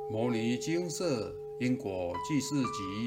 摩尼精舍因果记事集，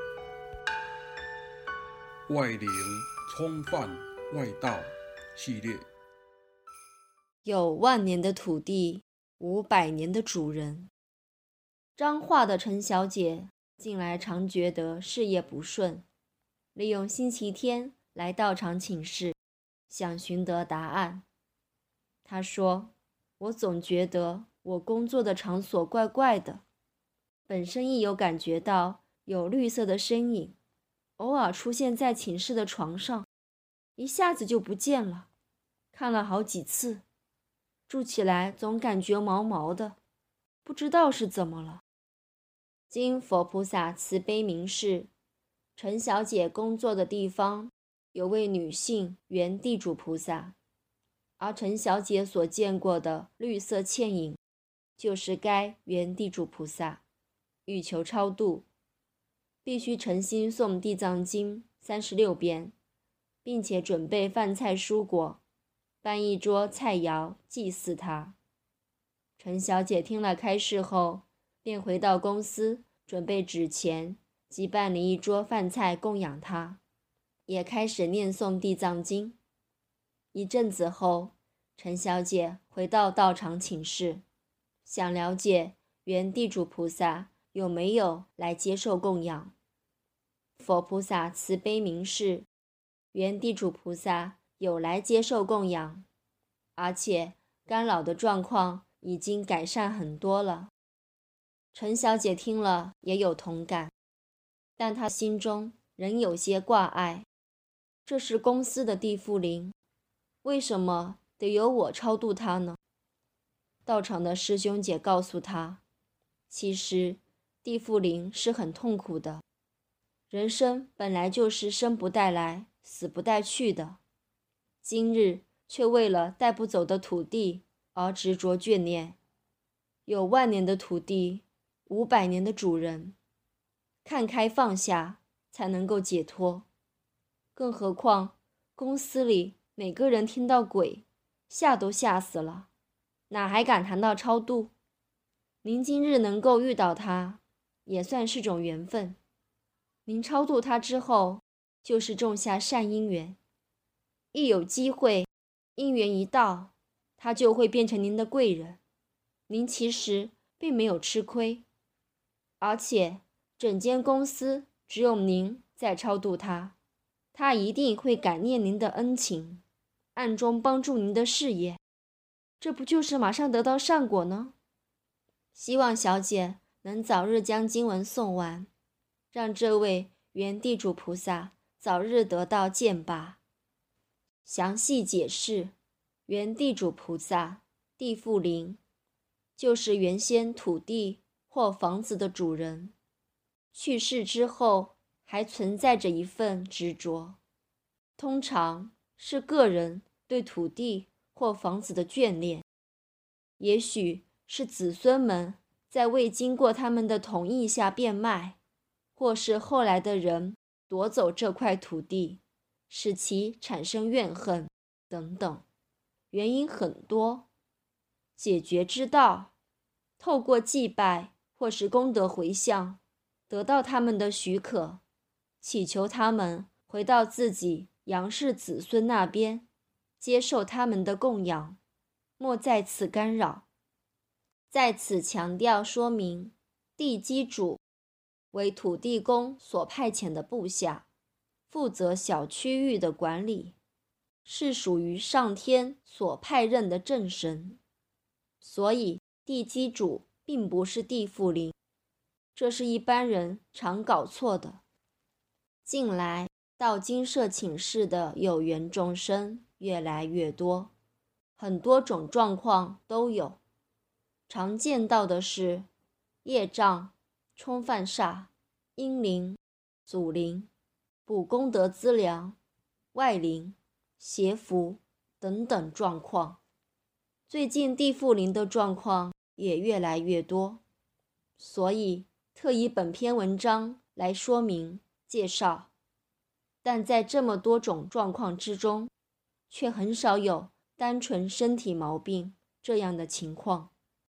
外灵冲犯外道系列。 有万年的土地，500年的主人。彰化的陈小姐近来常觉得事业不顺，利用星期天来道场请示，想寻得答案。她说：我总觉得我工作的场所怪怪的，本身亦有感觉到有绿色的身影，偶尔出现在寝室的床上，一下子就不见了，看了好几次，住起来总感觉毛毛的，不知道是怎么了。经佛菩萨慈悲明示，陈小姐工作的地方有位女性原地主菩萨，而陈小姐所见过的绿色倩影，就是该原地主菩萨。欲求超度，必须诚心诵地藏经36遍，并且准备饭菜蔬果，办一桌菜肴祭祀他。陈小姐听了开示后，便回到公司准备纸钱及办理一桌饭菜供养他，也开始念诵地藏经。一阵子后，陈小姐回到道场请示，想了解原地主菩萨有没有来接受供养。佛菩萨慈悲明示，原地主菩萨有来接受供养，而且干扰的状况已经改善很多了。陈小姐听了也有同感，但她心中仍有些挂碍。这是公司的地缚灵，为什么得由我超度她呢？道场的师兄姐告诉她，其实地缚灵是很痛苦的，人生本来就是生不带来，死不带去的，今日却为了带不走的土地而执着眷恋。有万年的土地，500年的主人，看开放下才能够解脱。更何况公司里每个人听到鬼，吓都吓死了，哪还敢谈到超度？您今日能够遇到他，也算是种缘分。您超度他之后，就是种下善因缘，一有机会，因缘一到，他就会变成您的贵人。您其实并没有吃亏，而且整间公司只有您在超度他，他一定会感念您的恩情，暗中帮助您的事业，这不就是马上得到善果呢？希望小姐能早日将经文诵完，让这位原地主菩萨早日得到剑拔。详细解释，原地主菩萨、地缚灵，就是原先土地或房子的主人，去世之后还存在着一份执着，通常是个人对土地或房子的眷恋，也许是子孙们在未经过他们的同意下变卖，或是后来的人夺走这块土地，使其产生怨恨等等，原因很多。解决之道，透过祭拜或是功德回向，得到他们的许可，祈求他们回到自己杨氏子孙那边，接受他们的供养，莫在此干扰。在此强调说明，地基主为土地公所派遣的部下，负责小区域的管理，是属于上天所派任的正神，所以地基主并不是地缚灵，这是一般人常搞错的。近来到精舍请示的有缘众生越来越多，很多种状况都有。常见到的是业障、冲犯煞、阴灵、祖灵、补功德资粮、外灵、邪符等等状况。最近地缚灵的状况也越来越多，所以特以本篇文章来说明介绍。但在这么多种状况之中，却很少有单纯身体毛病这样的情况。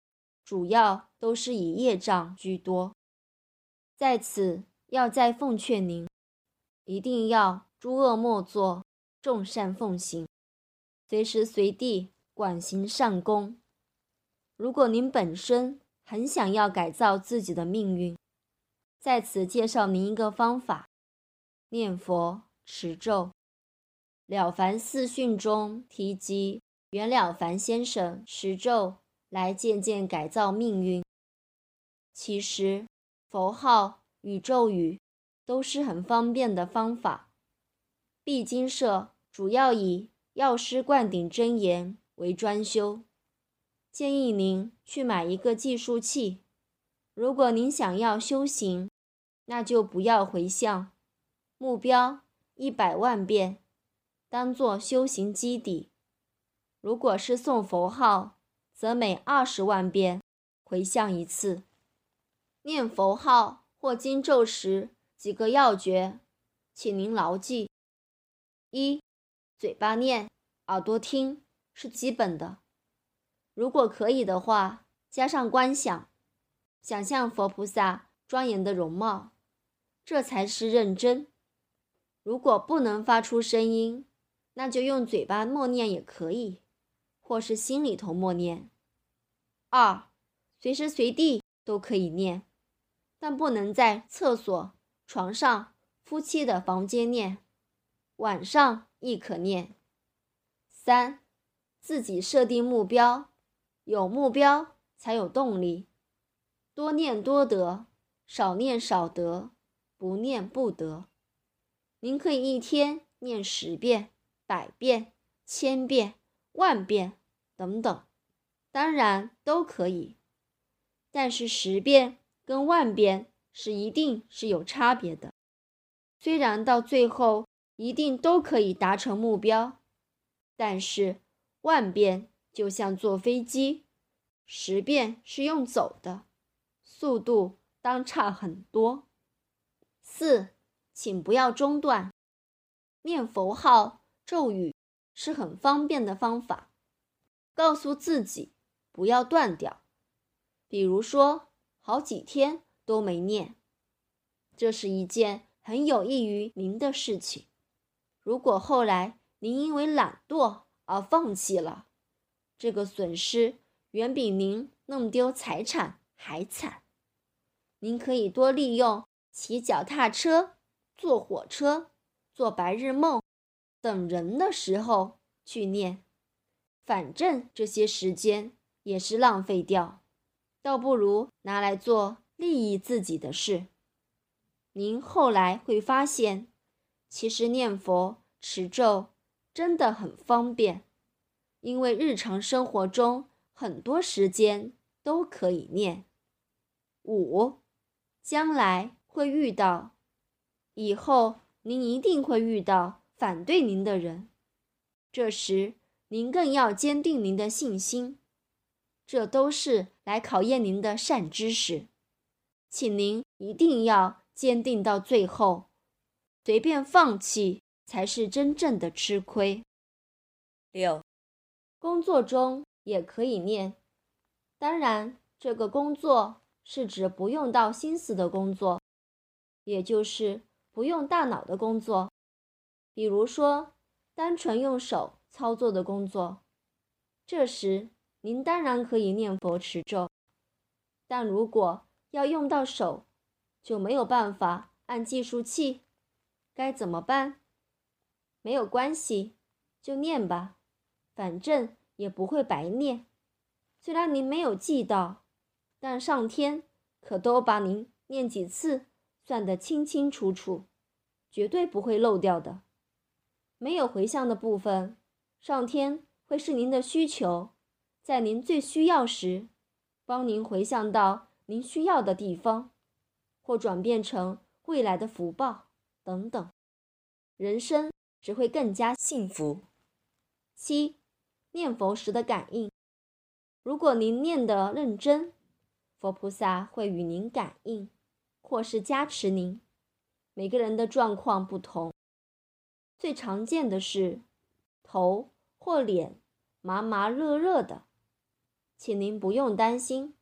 主要都是以业障居多。在此要再奉劝您，一定要诸恶莫作，众善奉行，随时随地广行善功。如果您本身很想要改造自己的命运，在此介绍您一个方法：念佛持咒。了凡四训中提及袁了凡先生持咒来渐渐改造命运。其实佛号与咒语都是很方便的方法。必经社主要以药师灌顶真言为专修，建议您去买一个计数器。如果您想要修行，那就不要回向，目标100万遍，当作修行基底。如果是诵佛号，则每20万遍回向一次。念佛号或经咒时，几个要诀，请您牢记：一、嘴巴念，耳朵听，是基本的。如果可以的话，加上观想，想象佛菩萨庄严的容貌，这才是认真。如果不能发出声音，那就用嘴巴默念也可以，或是心里头默念。二、随时随地都可以念，但不能在厕所、床上、夫妻的房间念，晚上亦可念。三、自己设定目标，有目标才有动力。多念多得，少念少得，不念不得。您可以一天念10遍、100遍、1000遍、10000遍等等，当然都可以。但是10遍跟10000遍一定是有差别的。虽然到最后一定都可以达成目标，但是10000遍就像坐飞机，10遍是用走的，速度当差很多。四、请不要中断。念佛号、咒语是很方便的方法，告诉自己不要断掉。比如说，好几天都没念，这是一件很有益于您的事情。如果后来您因为懒惰而放弃了，这个损失远比您弄丢财产还惨。您可以多利用骑脚踏车、坐火车、做白日梦等人的时候去念，反正这些时间也是浪费掉，倒不如拿来做利益自己的事。您后来会发现，其实念佛持咒真的很方便，因为日常生活中很多时间都可以念。五、将来会遇到，以后您一定会遇到反对您的人，这时您更要坚定您的信心，这都是来考验您的善知识，请您一定要坚定到最后，随便放弃才是真正的吃亏。六、工作中也可以念，当然这个工作是指不用到心思的工作，也就是不用大脑的工作，比如说单纯用手操作的工作，这时您当然可以念佛持咒。但如果要用到手，就没有办法按计数器，该怎么办？没有关系，就念吧，反正也不会白念。虽然您没有记到，但上天可都把您念几次算得清清楚楚，绝对不会漏掉的。没有回向的部分，上天会视您的需求，在您最需要时，帮您回向到您需要的地方，或转变成未来的福报等等，人生只会更加幸福。七、念佛时的感应。如果您念得认真，佛菩萨会与您感应，或是加持您。每个人的状况不同，最常见的是头或脸麻麻热热的，请您不用担心，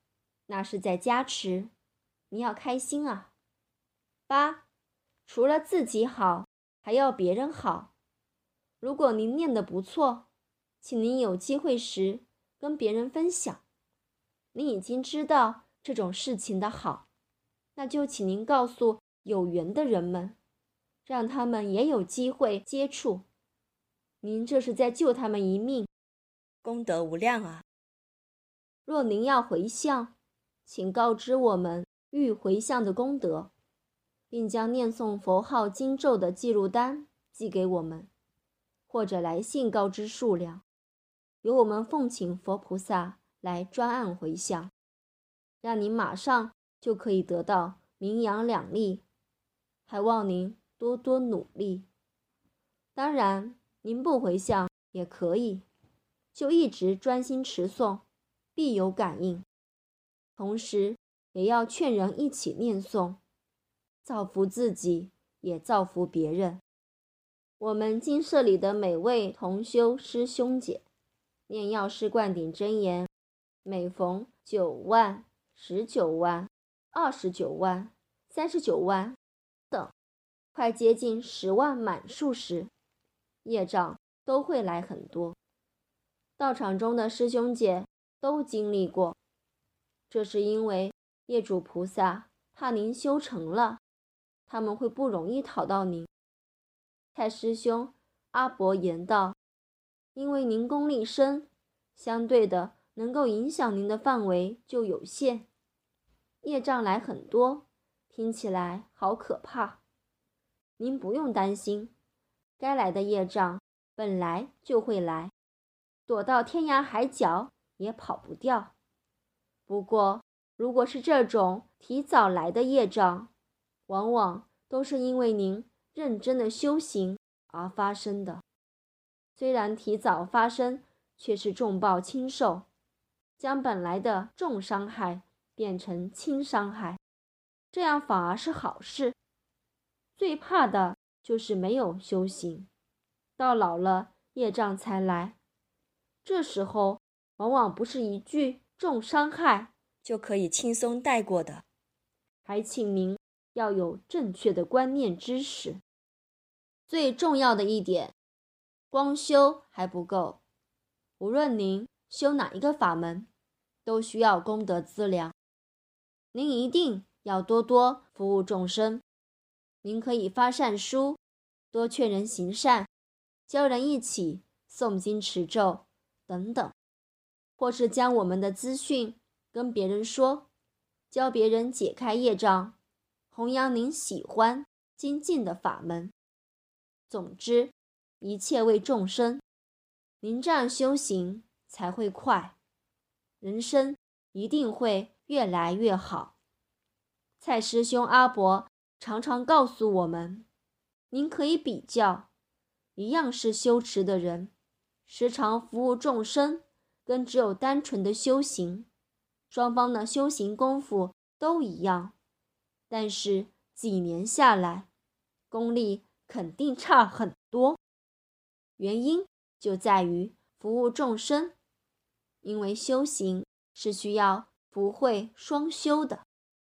那是在加持，你要开心啊。8. 除了自己好，还要别人好。如果您念得不错，请您有机会时跟别人分享。您已经知道这种事情的好，那就请您告诉有缘的人们，让他们也有机会接触。您这是在救他们一命，功德无量啊。若您要回向，请告知我们欲回向的功德，并将念诵佛号经咒的记录单寄给我们，或者来信告知数量，由我们奉请佛菩萨来专案回向，让您马上就可以得到名扬两利，还望您多多努力。当然，您不回向也可以，就一直专心持诵，必有感应。同时也要劝人一起念诵，造福自己，也造福别人。我们精舍里的每位同修师兄姐，念药师灌顶真言，每逢9万、19万、29万、39万等，快接近10万满数时，业障都会来很多。道场中的师兄姐都经历过，这是因为业主菩萨怕您修成了，他们会不容易讨到您。蔡师兄阿伯言道，因为您功力深，相对的能够影响您的范围就有限，业障来很多，听起来好可怕。您不用担心，该来的业障本来就会来，躲到天涯海角也跑不掉。不过如果是这种提早来的业障，往往都是因为您认真的修行而发生的。虽然提早发生，却是重报轻受，将本来的重伤害变成轻伤害，这样反而是好事。最怕的就是没有修行，到老了业障才来，这时候往往不是一句重伤害就可以轻松带过的，还请您要有正确的观念知识。最重要的一点，光修还不够，无论您修哪一个法门，都需要功德资粮。您一定要多多服务众生，您可以发善书，多劝人行善，教人一起诵经持咒等等，或是将我们的资讯跟别人说，教别人解开业障，弘扬您喜欢精进的法门。总之，一切为众生，您这样修行才会快，人生一定会越来越好。蔡师兄阿伯常常告诉我们，您可以比较，一样是修持的人，时常服务众生，跟只有单纯的修行，双方的修行功夫都一样，但是几年下来，功力肯定差很多。原因就在于服务众生，因为修行是需要福慧双修的。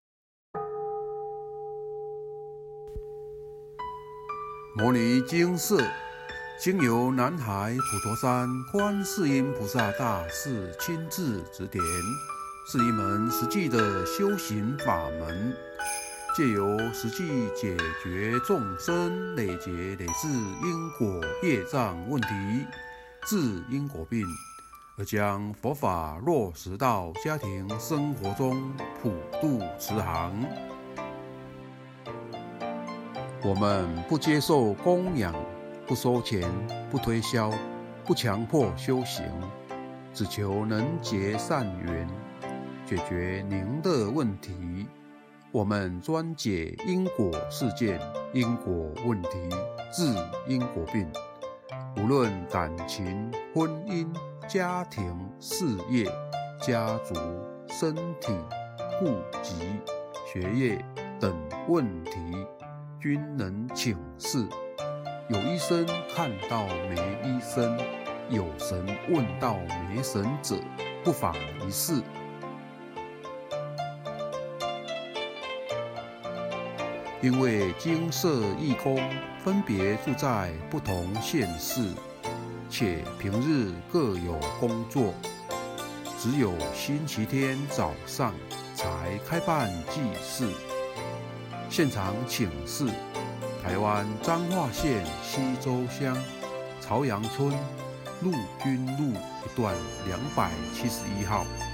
摩尼经释经由南海普陀山观世音菩萨大士亲自指点，是一门实际的修行法门，借由实际解决众生累劫累世因果业障问题，治因果病，而将佛法落实到家庭生活中，普度慈航。我们不接受供养，不收钱，不推销，不强迫修行，只求能结善缘，解决您的问题。我们专解因果事件、因果问题，治因果病。无论感情、婚姻、家庭、事业、家族、身体、户籍、学业等问题，均能请示。有医生看到没医生，有神问到没神者，不妨一试。 因为经社义工分别住在不同县市，且平日各有工作，只有星期天早上才开办祭祀。现场请示台湾彰化县溪州乡朝阳村陆军路一段271号。